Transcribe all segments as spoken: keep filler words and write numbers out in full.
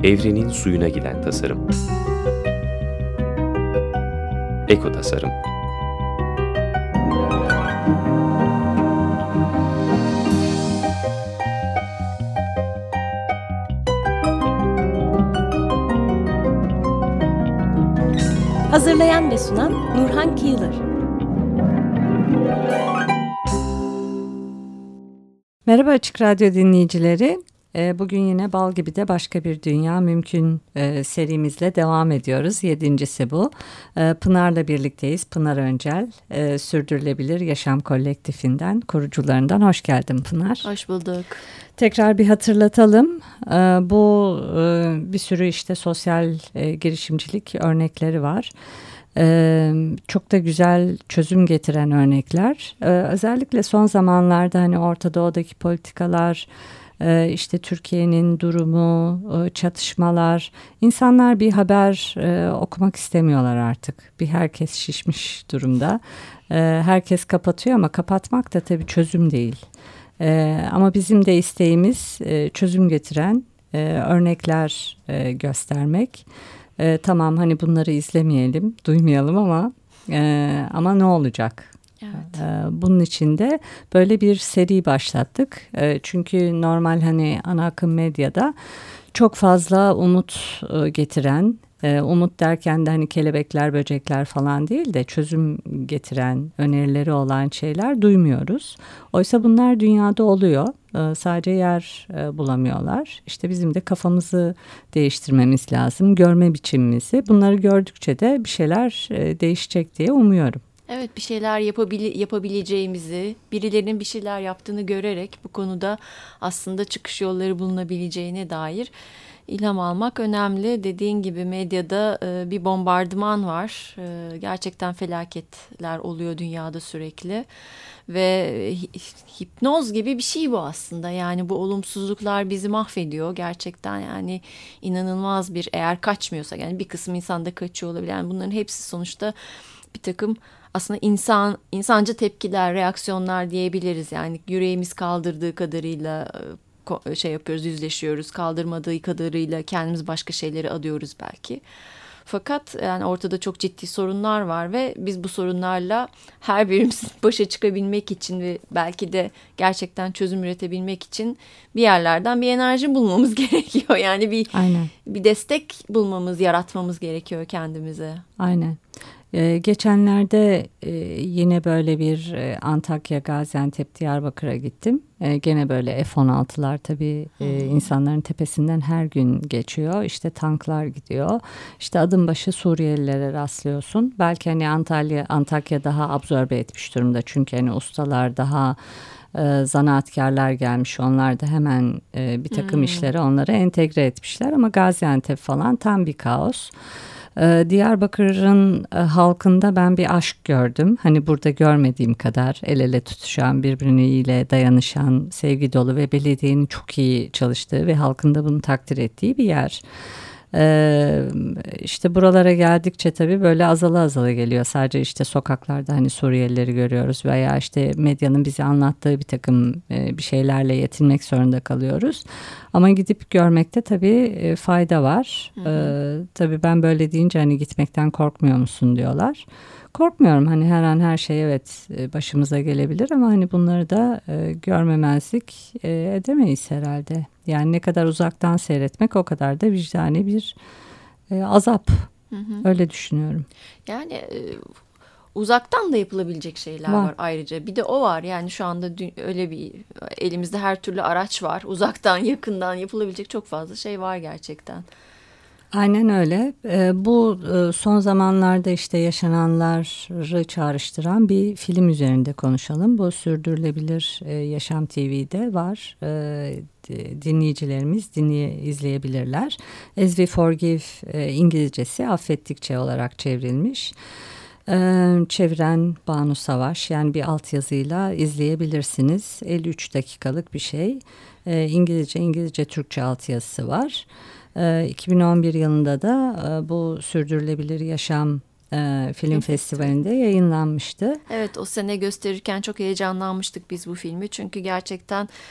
Evrenin suyuna giden tasarım. Eko tasarım. Hazırlayan ve sunan Nurhan Kıyılır. Merhaba Açık Radyo dinleyicileri. Bugün yine Bal Gibi de Başka Bir Dünya Mümkün serimizle devam ediyoruz. Yedincisi bu. Pınar'la birlikteyiz. Pınar Öncel, Sürdürülebilir Yaşam Kolektifinden, kurucularından. Hoş geldin Pınar. Hoş bulduk. Tekrar bir hatırlatalım. Bu bir sürü işte sosyal girişimcilik örnekleri var. Ee, çok da güzel çözüm getiren örnekler. Ee, özellikle son zamanlarda hani Orta Doğu'daki politikalar, e, işte Türkiye'nin durumu, e, çatışmalar, insanlar bir haber e, okumak istemiyorlar artık. Bir herkes şişmiş durumda. E, herkes kapatıyor ama kapatmak da tabii çözüm değil. E, ama bizim de isteğimiz e, çözüm getiren e, örnekler e, göstermek. Ee, tamam hani bunları izlemeyelim, duymayalım ama e, ama ne olacak? Evet. Ee, bunun için de böyle bir seri başlattık. Ee, çünkü normal hani ana akım medyada çok fazla umut e, getiren, e, umut derken de hani kelebekler, böcekler falan değil de çözüm getiren, önerileri olan şeyler duymuyoruz. Oysa bunlar dünyada oluyor. E, sadece yer e, bulamıyorlar. İşte bizim de kafamızı değiştirmemiz lazım, görme biçimimizi. Bunları gördükçe de bir şeyler e, değişecek diye umuyorum. Evet, bir şeyler yapabile- yapabileceğimizi, birilerinin bir şeyler yaptığını görerek bu konuda aslında çıkış yolları bulunabileceğine dair ilham almak önemli. Dediğin gibi medyada e, bir bombardıman var. E, gerçekten felaketler oluyor dünyada sürekli. Ve hi- hipnoz gibi bir şey bu aslında. Yani bu olumsuzluklar bizi mahvediyor. Gerçekten yani inanılmaz bir, eğer kaçmıyorsa, yani bir kısım insanda kaçıyor olabilir. Yani bunların hepsi sonuçta bir takım aslında insan insancı tepkiler, reaksiyonlar diyebiliriz. Yani yüreğimiz kaldırdığı kadarıyla şey yapıyoruz, yüzleşiyoruz. Kaldırmadığı kadarıyla kendimiz başka şeyleri adıyoruz belki. Fakat yani ortada çok ciddi sorunlar var ve biz bu sorunlarla her birimiz başa çıkabilmek için ve belki de gerçekten çözüm üretebilmek için bir yerlerden bir enerji bulmamız gerekiyor. Yani bir Aynen. bir destek bulmamız, yaratmamız gerekiyor kendimize. Aynen. Ee, geçenlerde e, yine böyle bir e, Antakya, Gaziantep, Diyarbakır'a gittim. E, gene böyle F on altılar tabii e, insanların tepesinden her gün geçiyor. İşte tanklar gidiyor. İşte adım başı Suriyelilere rastlıyorsun. Belki hani Antalya, Antakya daha absorbe etmiş durumda. Çünkü hani ustalar daha e, zanaatkarlar gelmiş. Onlar da hemen e, bir takım hmm. işleri onlara entegre etmişler. Ama Gaziantep falan tam bir kaos. Diyarbakır'ın halkında ben bir aşk gördüm. Hani burada görmediğim kadar el ele tutuşan, birbirine dayanışan, sevgi dolu ve belediyenin çok iyi çalıştığı ve halkında bunu takdir ettiği bir yer. Ee, işte buralara geldikçe tabii böyle azala azala geliyor. Sadece işte sokaklarda hani Suriyelileri görüyoruz veya işte medyanın bize anlattığı bir takım e, bir şeylerle yetinmek zorunda kalıyoruz. Ama gidip görmekte tabii e, fayda var. Hı hı. Ee, tabii ben böyle deyince hani gitmekten korkmuyor musun diyorlar. Korkmuyorum, hani her an her şey evet başımıza gelebilir ama hani bunları da e, görmemezlik e, edemeyiz herhalde. Yani ne kadar uzaktan seyretmek o kadar da vicdani bir e, azap. Hı hı. Öyle düşünüyorum. Yani e, uzaktan da yapılabilecek şeyler var. var ayrıca. Bir de o var, yani şu anda öyle bir elimizde her türlü araç var. Uzaktan yakından yapılabilecek çok fazla şey var gerçekten. Aynen öyle. E, bu e, son zamanlarda işte yaşananları çağrıştıran bir film üzerinde konuşalım. Bu Sürdürülebilir e, Yaşam T V'de var. E, dinleyicilerimiz dinleye, izleyebilirler. As We Forgive e, İngilizcesi affettikçe olarak çevrilmiş. E, çeviren Banu Savaş, yani bir altyazıyla izleyebilirsiniz. elli üç dakikalık bir şey. E, İngilizce, İngilizce, Türkçe altyazısı var. iki bin on bir yılında da bu Sürdürülebilir Yaşam e, Film Festivali'nde yayınlanmıştı. Evet, o sene gösterirken çok heyecanlanmıştık biz bu filmi. Çünkü gerçekten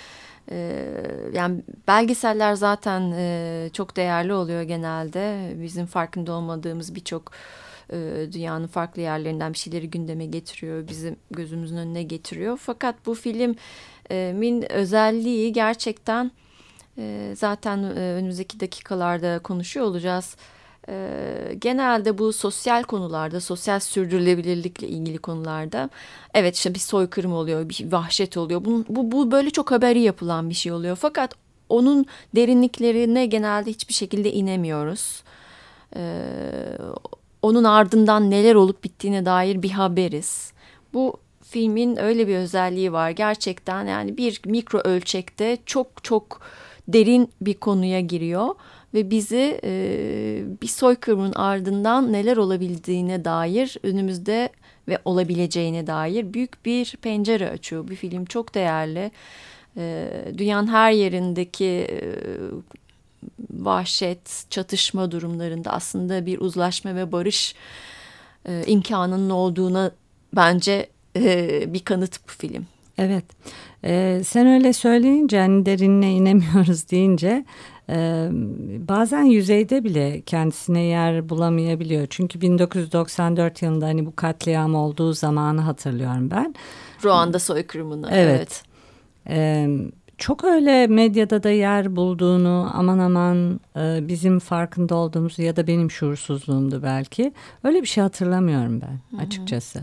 Ee, yani belgeseller zaten e, çok değerli oluyor genelde. Bizim farkında olmadığımız birçok e, dünyanın farklı yerlerinden bir şeyleri gündeme getiriyor, bizim gözümüzün önüne getiriyor. Fakat bu filmin özelliği gerçekten e, zaten e, önümüzdeki dakikalarda konuşuyor olacağız. Ee, genelde bu sosyal konularda, sosyal sürdürülebilirlikle ilgili konularda, evet işte bir soykırım oluyor, bir vahşet oluyor. Bu, bu, bu böyle çok haberi yapılan bir şey oluyor. Fakat onun derinliklerine genelde hiçbir şekilde inemiyoruz. Ee, onun ardından neler olup bittiğine dair bir haberiz. Bu filmin öyle bir özelliği var. Gerçekten yani bir mikro ölçekte çok çok derin bir konuya giriyor. Ve bizi e, bir soykırımın ardından neler olabildiğine dair, önümüzde ve olabileceğine dair büyük bir pencere açıyor. Bir film çok değerli. E, dünyanın her yerindeki e, vahşet, çatışma durumlarında aslında bir uzlaşma ve barış e, imkanının olduğuna bence e, bir kanıt bu film. Evet, ee, sen öyle söyleyince, hani derinine inemiyoruz deyince e, bazen yüzeyde bile kendisine yer bulamayabiliyor. Çünkü bin dokuz yüz doksan dört yılında hani bu katliam olduğu zamanı hatırlıyorum ben. Ruanda soykırımını. Evet. evet. Ee, çok öyle medyada da yer bulduğunu, aman aman e, bizim farkında olduğumuzu ya da benim şuursuzluğumdu belki. Öyle bir şey hatırlamıyorum ben, açıkçası.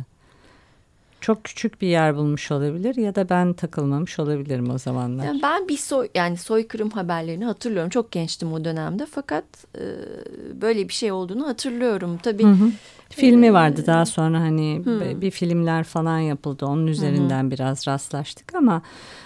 Çok küçük bir yer bulmuş olabilir ya da ben takılmamış olabilirim o zamanlar. Yani ben bir soy yani soykırım haberlerini hatırlıyorum. Çok gençtim o dönemde, fakat e, böyle bir şey olduğunu hatırlıyorum. Tabii. Hı hı. Filmi e, vardı daha sonra, hani hı. bir filmler falan yapıldı. Onun üzerinden hı hı. biraz rastlaştık ama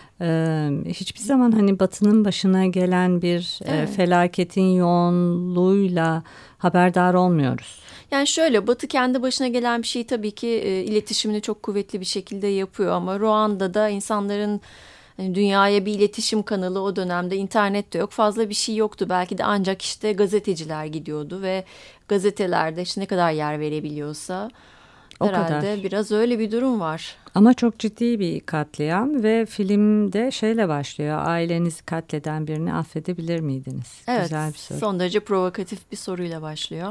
e, hiçbir zaman hani Batı'nın başına gelen bir evet. e, felaketin yoğunluğuyla haberdar olmuyoruz. Yani şöyle, Batı kendi başına gelen bir şeyi tabii ki e, iletişimini çok kuvvetli bir şekilde yapıyor, ama Ruanda'da insanların hani dünyaya bir iletişim kanalı, o dönemde internet de yok, fazla bir şey yoktu. Belki de ancak işte gazeteciler gidiyordu ve gazetelerde işte ne kadar yer verebiliyorsa o herhalde kadar. Biraz öyle bir durum var. Ama çok ciddi bir katliam ve filmde şeyle başlıyor: ailenizi katleden birini affedebilir miydiniz? Evet, güzel bir soru. Son derece provokatif bir soruyla başlıyor.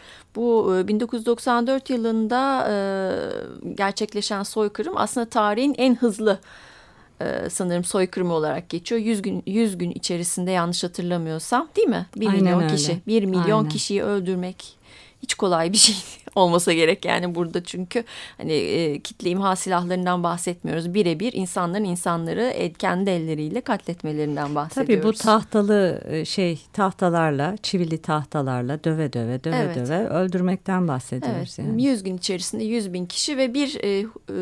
Bu bin dokuz yüz doksan dört yılında e, gerçekleşen soykırım aslında tarihin en hızlı e, sanırım soykırımı olarak geçiyor. yüz gün yüz gün içerisinde, yanlış hatırlamıyorsam, değil mi? bir milyon öyle. kişi. bir milyon Aynen. kişiyi öldürmek hiç kolay bir şey olmasa gerek yani burada, çünkü hani e, kitle imha silahlarından bahsetmiyoruz. Birebir insanların insanları el, kendi elleriyle katletmelerinden bahsediyoruz. Tabii bu tahtalı şey tahtalarla, çivili tahtalarla döve döve döve evet. döve öldürmekten bahsediyoruz. Evet. Yani. yüz gün içerisinde yüz bin kişi ve bir e,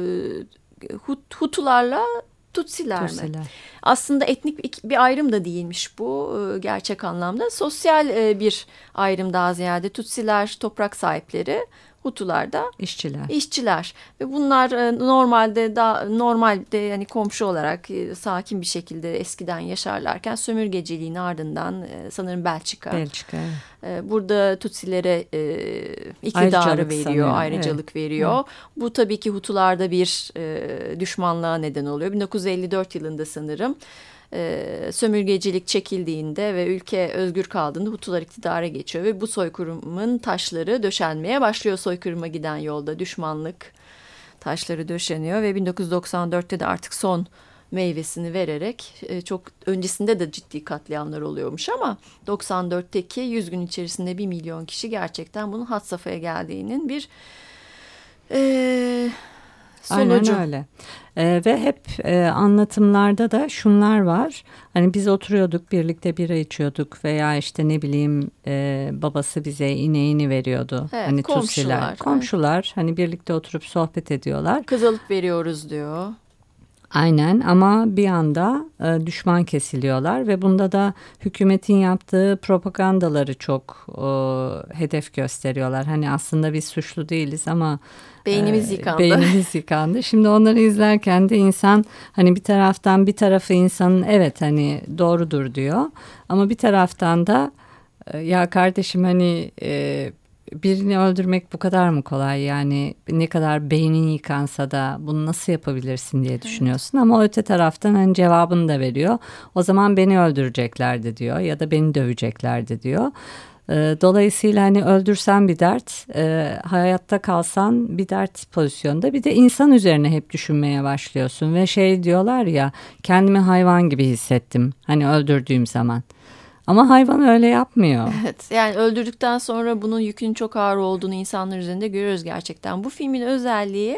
e, Hut, Hutularla Tutsiler, Tutsiler mi? Aslında etnik bir ayrım da değilmiş bu gerçek anlamda. Sosyal bir ayrım daha ziyade. Tutsiler toprak sahipleri, Hutular da işçiler. İşçiler ve bunlar normalde da normalde yani komşu olarak sakin bir şekilde eskiden yaşarlarken sömürgeciliğin ardından sanırım Belçika. Belçika. Burada Tutsilere iktidarı ayrıcalık veriyor, sanıyorum. ayrıcalık evet. veriyor. Evet. Bu tabii ki Hutularda bir düşmanlığa neden oluyor. bin dokuz yüz elli dört yılında sanırım sömürgecilik çekildiğinde ve ülke özgür kaldığında Hutular iktidara geçiyor ve bu soykırımın taşları döşenmeye başlıyor. Soykırıma giden yolda düşmanlık taşları döşeniyor ve bin dokuz yüz doksan dörtte de artık son meyvesini vererek, çok öncesinde de ciddi katliamlar oluyormuş ama doksan dörtteki yüz gün içerisinde bir milyon kişi gerçekten bunun had safhaya geldiğinin bir e, sonucu. Aynen öyle. Ee, ve hep e, anlatımlarda da şunlar var. Hani biz oturuyorduk, birlikte bira içiyorduk veya işte ne bileyim e, babası bize ineğini veriyordu. Evet, hani komşular. Tutsiler, komşular evet. hani birlikte oturup sohbet ediyorlar. Kız alıp veriyoruz diyor. Aynen, ama bir anda e, düşman kesiliyorlar ve bunda da hükümetin yaptığı propagandaları çok e, hedef gösteriyorlar. Hani aslında biz suçlu değiliz ama beynimiz yıkandı. Beynimiz yıkandı. Şimdi onları izlerken de insan hani bir taraftan bir tarafı insanın evet hani doğrudur diyor ama bir taraftan da ya kardeşim hani e, birini öldürmek bu kadar mı kolay? Yani ne kadar beynin yıkansa da bunu nasıl yapabilirsin diye düşünüyorsun. Evet. Ama öte taraftan hani cevabını da veriyor. O zaman beni öldüreceklerdi diyor ya da beni döveceklerdi diyor. Dolayısıyla hani öldürsen bir dert, e, hayatta kalsan bir dert pozisyonda. Bir de insan üzerine hep düşünmeye başlıyorsun ve şey diyorlar ya, kendimi hayvan gibi hissettim hani öldürdüğüm zaman. Ama hayvan öyle yapmıyor. Evet, yani öldürdükten sonra bunun yükünün çok ağır olduğunu insanlar üzerinde görüyoruz gerçekten. Bu filmin özelliği,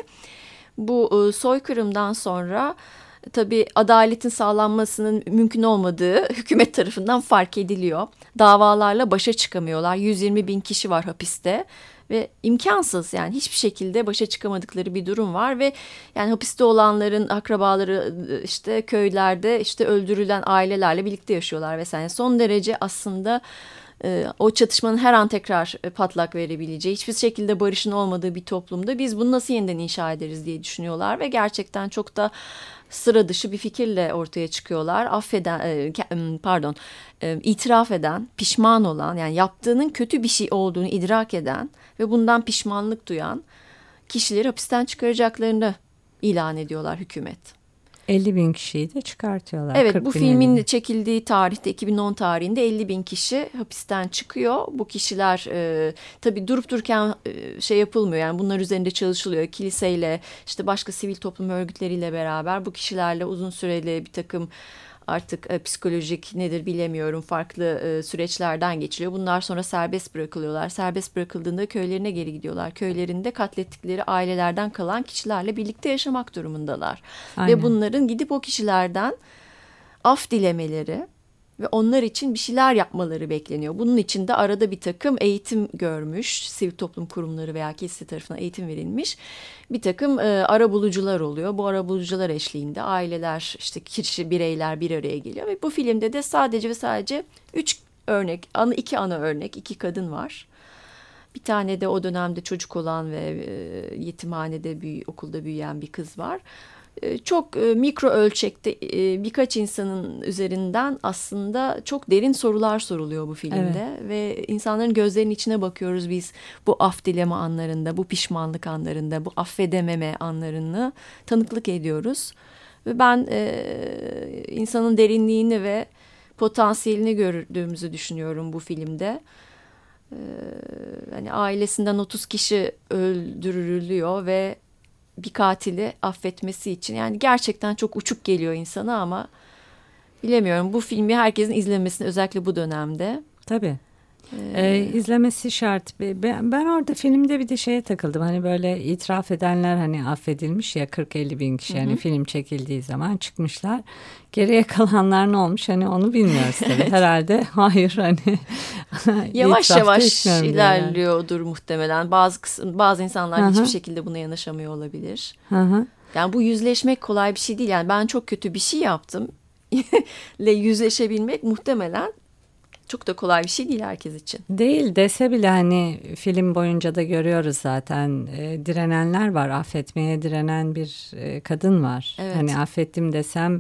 bu soykırımdan sonra tabii adaletin sağlanmasının mümkün olmadığı hükümet tarafından fark ediliyor. Davalarla başa çıkamıyorlar. yüz yirmi bin kişi var hapiste ve imkansız, yani hiçbir şekilde başa çıkamadıkları bir durum var ve yani hapiste olanların akrabaları işte köylerde işte öldürülen ailelerle birlikte yaşıyorlar vesaire. Son derece aslında e, o çatışmanın her an tekrar patlak verebileceği, hiçbir şekilde barışın olmadığı bir toplumda biz bunu nasıl yeniden inşa ederiz diye düşünüyorlar ve gerçekten çok da sıra dışı bir fikirle ortaya çıkıyorlar. Affeden, pardon, itiraf eden, pişman olan, yani yaptığının kötü bir şey olduğunu idrak eden ve bundan pişmanlık duyan kişileri hapisten çıkaracaklarını ilan ediyorlar hükümet. elli bin kişiyi de çıkartıyorlar. Evet, bu filmin elli. Çekildiği tarihte iki bin on tarihinde elli bin kişi hapisten çıkıyor. Bu kişiler e, tabii durup dururken e, şey yapılmıyor, yani bunlar üzerinde çalışılıyor. Kiliseyle, işte başka sivil toplum örgütleriyle beraber bu kişilerle uzun süreli bir takım artık e, psikolojik nedir bilemiyorum farklı e, süreçlerden geçiliyor. Bunlar sonra serbest bırakılıyorlar. Serbest bırakıldığında köylerine geri gidiyorlar. Köylerinde katlettikleri ailelerden kalan kişilerle birlikte yaşamak durumundalar. Aynen. Ve bunların gidip o kişilerden af dilemeleri ve onlar için bir şeyler yapmaları bekleniyor. Bunun için de arada bir takım eğitim görmüş, sivil toplum kurumları veya kilise tarafından eğitim verilmiş bir takım e, arabulucular oluyor. Bu arabulucular eşliğinde aileler, işte kişi, bireyler bir araya geliyor ve bu filmde de sadece ve sadece üç örnek, ana, iki ana örnek, iki kadın var. Bir tane de o dönemde çocuk olan ve e, yetimhanede, büyü, okulda büyüyen bir kız var. Çok mikro ölçekte birkaç insanın üzerinden aslında çok derin sorular soruluyor bu filmde. Evet. Ve insanların gözlerinin içine bakıyoruz biz bu af dileme anlarında, bu pişmanlık anlarında, bu affedememe anlarını tanıklık ediyoruz. Ve ben e, insanın derinliğini ve potansiyelini gördüğümüzü düşünüyorum bu filmde. E, hani ailesinden otuz kişi öldürülüyor ve bir katili affetmesi için, yani gerçekten çok uçuk geliyor insana ama bilemiyorum, bu filmi herkesin izlemesini, özellikle bu dönemde. Tabii. Ee, izlemesi şart. Ben, ben orada filmde bir de şeye takıldım. Hani böyle itiraf edenler hani affedilmiş ya, kırk elli bin kişi. Hı hı. Hani film çekildiği zaman çıkmışlar. Geriye kalanlar ne olmuş hani onu bilmiyoruz tabii. Evet. Herhalde hayır hani yavaş yavaş ilerliyordur yani. Muhtemelen. Bazı kısım, bazı insanlar Hı-hı. hiçbir şekilde buna yanaşamıyor olabilir. Hı-hı. Yani bu yüzleşmek kolay bir şey değil. Yani ben çok kötü bir şey yaptım ile yüzleşebilmek muhtemelen çok da kolay bir şey değil herkes için. Değil dese bile hani film boyunca da görüyoruz zaten, e, direnenler var. Affetmeye direnen bir e, kadın var. Evet. Hani affettim desem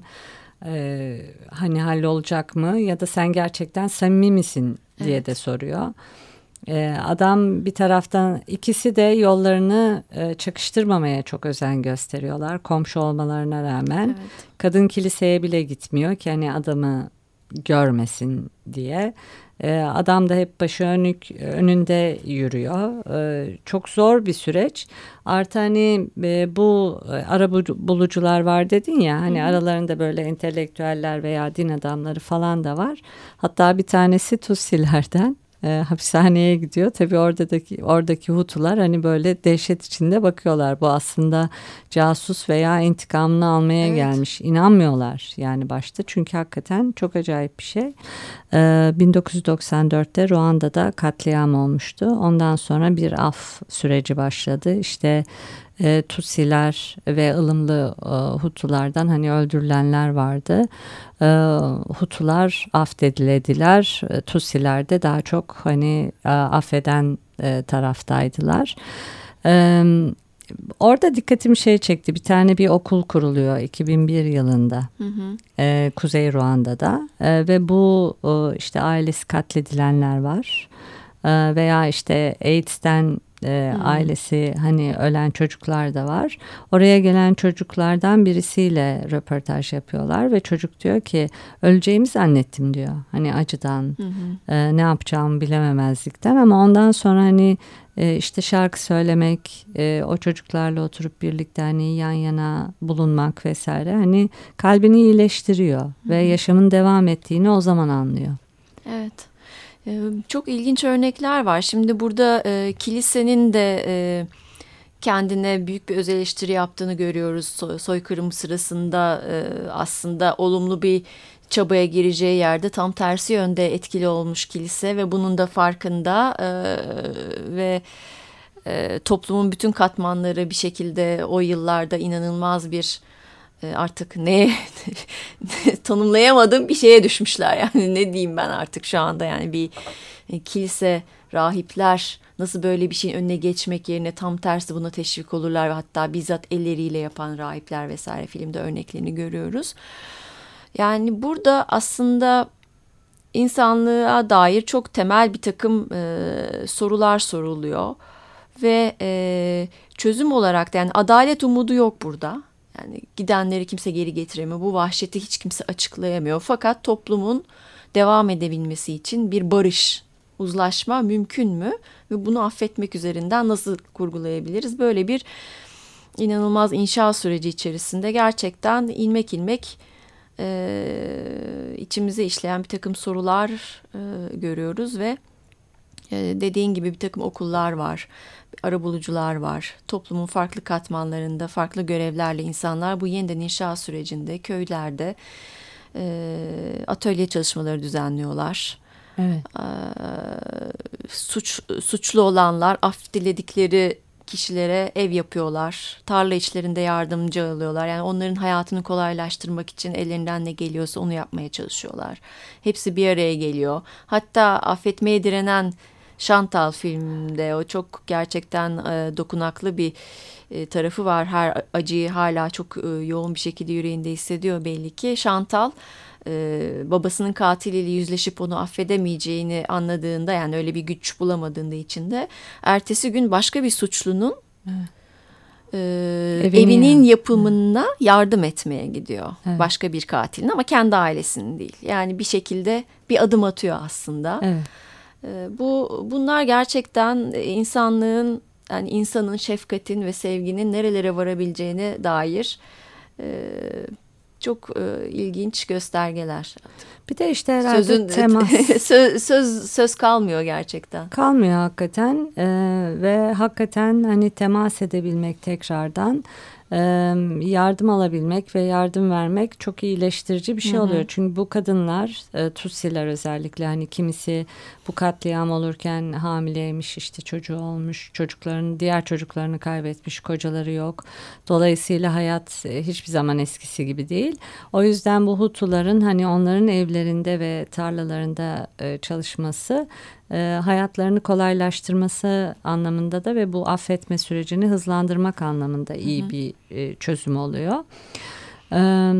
e, hani hallolacak mı ya da sen gerçekten samimi misin diye evet. de soruyor. E, adam bir taraftan, ikisi de yollarını e, çakıştırmamaya çok özen gösteriyorlar. Komşu olmalarına rağmen. Evet. Kadın kiliseye bile gitmiyor ki hani adamı görmesin diye. Ee, adam da hep başı önük, önünde yürüyor. Ee, çok zor bir süreç. Artı hani e, bu arabulucular var dedin ya, hani Hı-hı. aralarında böyle entelektüeller veya din adamları falan da var. Hatta bir tanesi Tutsilerden. E, hapishaneye gidiyor. Tabii oradaki oradaki Hutular hani böyle dehşet içinde bakıyorlar. Bu aslında casus veya intikamını almaya evet. gelmiş. İnanmıyorlar yani başta. Çünkü hakikaten çok acayip bir şey. E, bin dokuz yüz doksan dörtte Ruanda'da katliam olmuştu. Ondan sonra bir af süreci başladı. İşte E, Tutsiler ve ılımlı e, Hutulardan hani öldürülenler vardı. E, Hutular affedildiler. E, Tutsiler de daha çok hani e, affeden e, taraftaydılar. E, orada dikkatimi şey çekti. Bir tane bir okul kuruluyor iki bin bir yılında. Hı hı. E, Kuzey Ruanda'da e, ve bu e, işte ailesi katledilenler var. e, veya işte AIDS'ten e, Hmm. ailesi hani ölen çocuklar da var. Oraya gelen çocuklardan birisiyle röportaj yapıyorlar ve çocuk diyor ki öleceğimi zannettim diyor. Hani acıdan, Hı hı. e, ne yapacağımı bilememezlikten, ama ondan sonra hani e, işte şarkı söylemek, e, o çocuklarla oturup birlikte hani yan yana bulunmak vesaire hani kalbini iyileştiriyor Hı ve hı. yaşamın devam ettiğini o zaman anlıyor. Evet. Ee, Çok ilginç örnekler var. Şimdi burada e, kilisenin de e, kendine büyük bir öz eleştiri yaptığını görüyoruz. So- soykırım sırasında e, aslında olumlu bir çabaya gireceği yerde tam tersi yönde etkili olmuş kilise ve bunun da farkında e, ve e, toplumun bütün katmanları bir şekilde o yıllarda inanılmaz bir e, artık ne tanımlayamadığım bir şeye düşmüşler. Yani ne diyeyim ben artık şu anda, yani bir e, kilise, rahipler nasıl böyle bir şeyin önüne geçmek yerine tam tersi buna teşvik olurlar ve hatta bizzat elleriyle yapan rahipler vesaire filmde örneklerini görüyoruz. Yani burada aslında insanlığa dair çok temel bir takım e, sorular soruluyor ve e, çözüm olarak da yani adalet umudu yok burada. Yani gidenleri kimse geri getiremiyor. Bu vahşeti hiç kimse açıklayamıyor. Fakat toplumun devam edebilmesi için bir barış, uzlaşma mümkün mü? Ve bunu affetmek üzerinden nasıl kurgulayabiliriz? Böyle bir inanılmaz inşa süreci içerisinde gerçekten ilmek ilmek e, içimize işleyen bir takım sorular e, görüyoruz ve e, dediğin gibi bir takım okullar var, arabulucular var. Toplumun farklı katmanlarında farklı görevlerle insanlar bu yeniden inşa sürecinde köylerde e, atölye çalışmaları düzenliyorlar. Evet. E, suç suçlu olanlar af diledikleri kişilere ev yapıyorlar. Tarla işlerinde yardımcı alıyorlar. Yani onların hayatını kolaylaştırmak için ellerinden ne geliyorsa onu yapmaya çalışıyorlar. Hepsi bir araya geliyor. Hatta affetmeye direnen Chantal filmde o çok gerçekten e, dokunaklı bir e, tarafı var. Her acıyı hala çok e, yoğun bir şekilde yüreğinde hissediyor belli ki. Chantal e, babasının katiliyle yüzleşip onu affedemeyeceğini anladığında, yani öyle bir güç bulamadığında içinde, ertesi gün başka bir suçlunun Evet. e, Evini evinin ya- yapımına yardım etmeye gidiyor. Evet. Başka bir katilin, ama kendi ailesinin değil. Yani bir şekilde bir adım atıyor aslında. Evet. Bu bunlar gerçekten insanlığın, yani insanın şefkatin ve sevginin nerelere varabileceğine dair e, çok e, ilginç göstergeler. Bir de işte herhalde Sözün temas söz, söz söz kalmıyor gerçekten. kalmıyor hakikaten. Ee, ve hakikaten hani temas edebilmek tekrardan, e, yardım alabilmek ve yardım vermek çok iyileştirici bir şey Hı hı. oluyor. Çünkü bu kadınlar, e, Tutsiler özellikle, hani kimisi bu katliam olurken hamileymiş, işte çocuğu olmuş, çocuklarını, diğer çocuklarını kaybetmiş, kocaları yok. Dolayısıyla hayat e, hiçbir zaman eskisi gibi değil. O yüzden bu Hutuların hani onların evlerinde ve tarlalarında e, çalışması, e, hayatlarını kolaylaştırması anlamında da ve bu affetme sürecini hızlandırmak anlamında iyi Hı hı. bir e, çözüm oluyor. E,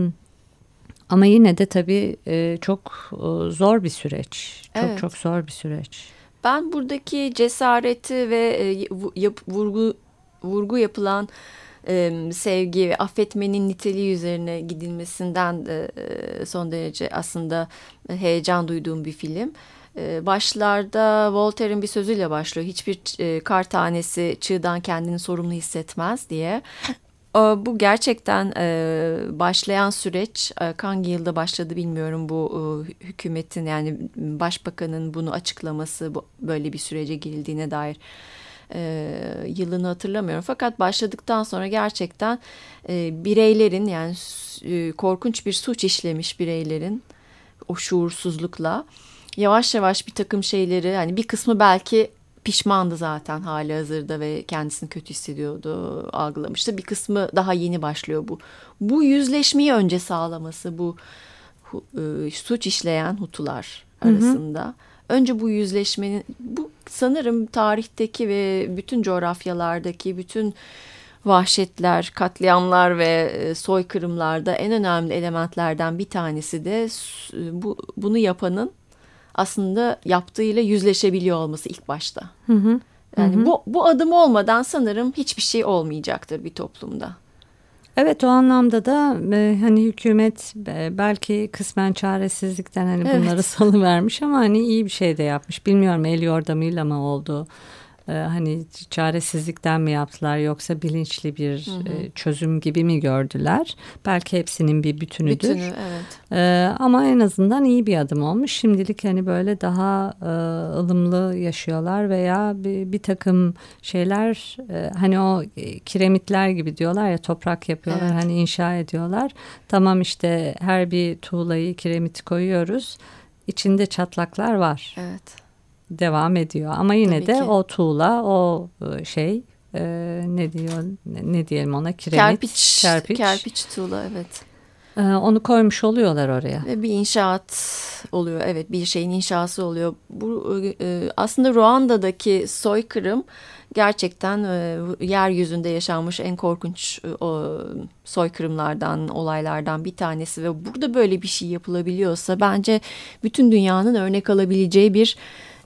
ama yine de tabii e, çok e, zor bir süreç. Çok Evet. çok zor bir süreç. Ben buradaki cesareti ve e, yap, vurgu vurgu yapılan e, sevgi ve affetmenin niteliği üzerine gidilmesinden e, son derece aslında heyecan duyduğum bir film. E, başlarda Voltaire'in bir sözüyle başlıyor. Hiçbir e, kar tanesi çığdan kendini sorumlu hissetmez diye. E, bu gerçekten e, başlayan süreç e, hangi yılda başladı bilmiyorum, bu e, hükümetin, yani başbakanın bunu açıklaması, bu, böyle bir sürece girildiğine dair e, yılını hatırlamıyorum. Fakat başladıktan sonra gerçekten e, bireylerin, yani e, korkunç bir suç işlemiş bireylerin o şuursuzlukla yavaş yavaş bir takım şeyleri, hani bir kısmı belki pişmandı zaten hali hazırda ve kendisini kötü hissediyordu, algılamıştı. Bir kısmı daha yeni başlıyor bu. Bu yüzleşmeyi önce sağlaması, bu e, suç işleyen Hutular arasında. Hı hı. Önce bu yüzleşmenin, bu sanırım tarihteki ve bütün coğrafyalardaki bütün vahşetler, katliamlar ve soykırımlarda en önemli elementlerden bir tanesi de bu, bunu yapanın aslında yaptığıyla yüzleşebiliyor olması ilk başta. Hı hı. Yani hı hı. bu bu adım olmadan sanırım hiçbir şey olmayacaktır bir toplumda. Evet, o anlamda da e, hani hükümet e, belki kısmen çaresizlikten hani Evet. bunları salıvermiş ama hani iyi bir şey de yapmış. Bilmiyorum el yordamıyla mı oldu? E, hani çaresizlikten mi yaptılar yoksa bilinçli bir Hı hı. e, çözüm gibi mi gördüler? Belki hepsinin bir bütünüdür. Bütünü, evet. E, ama en azından iyi bir adım olmuş. Şimdilik hani böyle daha e, ılımlı yaşıyorlar veya bir, bir takım şeyler e, hani o e, kiremitler gibi diyorlar ya, toprak yapıyorlar, Evet. hani inşa ediyorlar. Tamam, işte her bir tuğlayı, kiremiti koyuyoruz. İçinde çatlaklar var. Evet. Devam ediyor ama yine Tabii de ki. o tuğla, o e, şey e, ne diyor ne, ne diyelim ona, kiremit, Kerpiç, kerpiç, kerpiç tuğla, evet. e, onu koymuş oluyorlar oraya. Ve bir inşaat oluyor, evet, bir şeyin inşası oluyor. Bu e, aslında Ruanda'daki soykırım gerçekten e, yeryüzünde yaşanmış en korkunç e, o, soykırımlardan, olaylardan bir tanesi ve burada böyle bir şey yapılabiliyorsa bence bütün dünyanın örnek alabileceği bir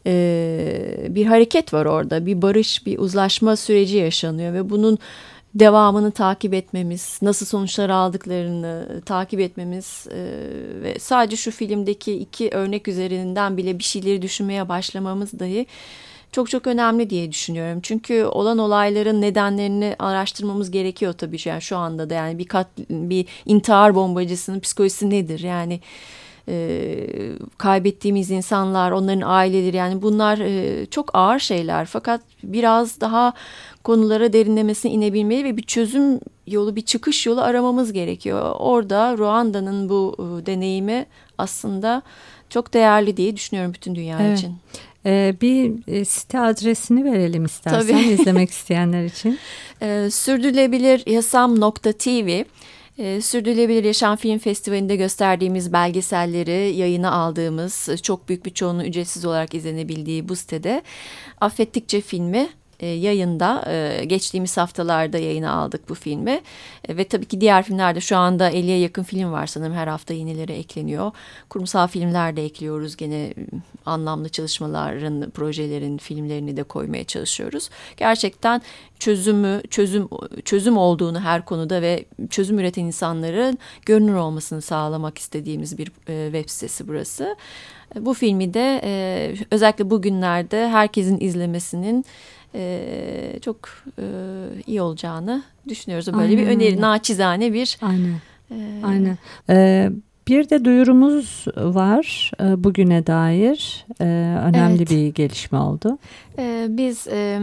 e, bir hareket var orada. Bir barış, bir uzlaşma süreci yaşanıyor ve bunun devamını takip etmemiz, nasıl sonuçlar aldıklarını takip etmemiz e, ve sadece şu filmdeki iki örnek üzerinden bile bir şeyleri düşünmeye başlamamız dahi çok çok önemli diye düşünüyorum. Çünkü olan olayların nedenlerini araştırmamız gerekiyor tabii. Yani şu anda da yani bir kat, bir intihar bombacısının psikolojisi nedir? Yani e, kaybettiğimiz insanlar, onların aileleri, yani bunlar e, çok ağır şeyler. Fakat biraz daha konulara derinlemesine inebilmeli ve bir çözüm yolu, bir çıkış yolu aramamız gerekiyor. Orada Ruanda'nın bu e, deneyimi aslında çok değerli diye düşünüyorum bütün dünya Evet. için. Ee, bir e, site adresini verelim istersen Tabii. izlemek isteyenler için. E, sürdürülebilir yaşam nokta tv e, Sürdürülebilir Yaşam Film Festivali'nde gösterdiğimiz belgeselleri yayına aldığımız, çok büyük bir çoğunluğu ücretsiz olarak izlenebildiği bu sitede Affettikçe filmi e, yayında. E, geçtiğimiz haftalarda yayına aldık bu filmi. E, ve tabii ki diğer filmlerde şu anda elliye yakın film var sanırım, her hafta yenileri ekleniyor. Kurumsal filmler de ekliyoruz, gene anlamlı çalışmaların, projelerin filmlerini de koymaya çalışıyoruz. Gerçekten çözümü, çözüm çözüm olduğunu her konuda ve çözüm üreten insanların görünür olmasını sağlamak istediğimiz bir e, web sitesi burası. Bu filmi de e, özellikle bugünlerde herkesin izlemesinin e, çok e, iyi olacağını düşünüyoruz. Böyle Aynen bir öneri, öyle. naçizane bir. Aynen. E, Aynen. Ee, bir de duyurumuz var e, bugüne dair. E, önemli Evet. bir gelişme oldu. e, biz e,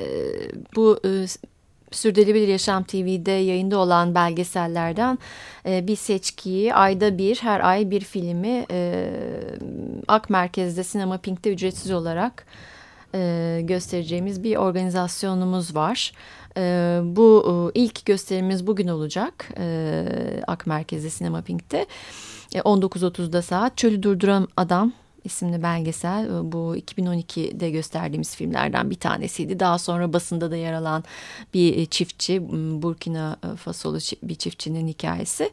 bu e, Sürdürülebilir Yaşam T V'de yayında olan belgesellerden e, bir seçkiyi, ayda bir, her ay bir filmi e, Ak Merkez'de Sinema Pink'te ücretsiz olarak e, göstereceğimiz bir organizasyonumuz var. E, bu e, ilk gösterimiz bugün olacak e, Ak Merkez'de Sinema Pink'te. E, on dokuz otuzda saat. Çölü Durduran Adam isimli belgesel, bu iki bin on ikide gösterdiğimiz filmlerden bir tanesiydi. Daha sonra basında da yer alan bir çiftçi, Burkina Fasolu bir çiftçinin hikayesi.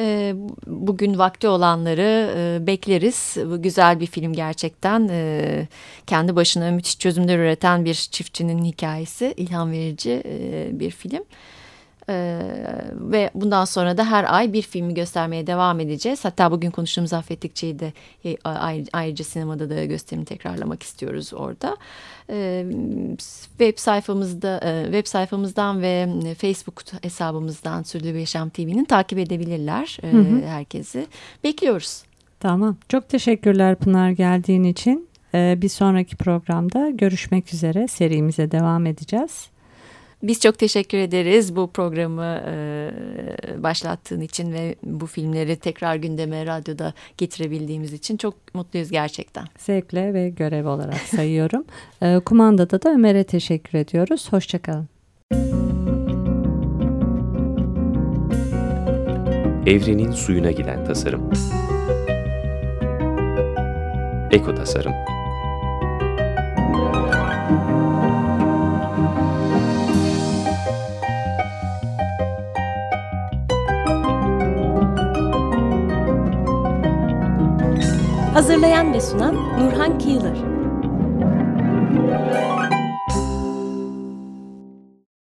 Bugün vakti olanları bekleriz. Bu güzel bir film gerçekten. Kendi başına müthiş çözümler üreten bir çiftçinin hikayesi. İlham verici bir film. Ee, ve bundan sonra da her ay bir filmi göstermeye devam edeceğiz. Hatta bugün konuştuğumuz Affettikçe'yi de ayrıca sinemada da gösterimi tekrarlamak istiyoruz orada. Ee, web sayfamızda, web sayfamızdan ve Facebook hesabımızdan Sürdürülebilir Yaşam T V'nin takip edebilirler hı hı. herkesi. Bekliyoruz. Tamam. Çok teşekkürler Pınar, geldiğin için. Ee, bir sonraki programda görüşmek üzere. Serimize devam edeceğiz. Biz çok teşekkür ederiz bu programı e, başlattığın için ve bu filmleri tekrar gündeme radyoda getirebildiğimiz için çok mutluyuz gerçekten. Zevkle ve görev olarak sayıyorum. e, kumandada da Ömer'e teşekkür ediyoruz. Hoşçakalın. Evrenin suyuna giden tasarım. Eko tasarım. Hazırlayan ve sunan Nurhan Kıyılır.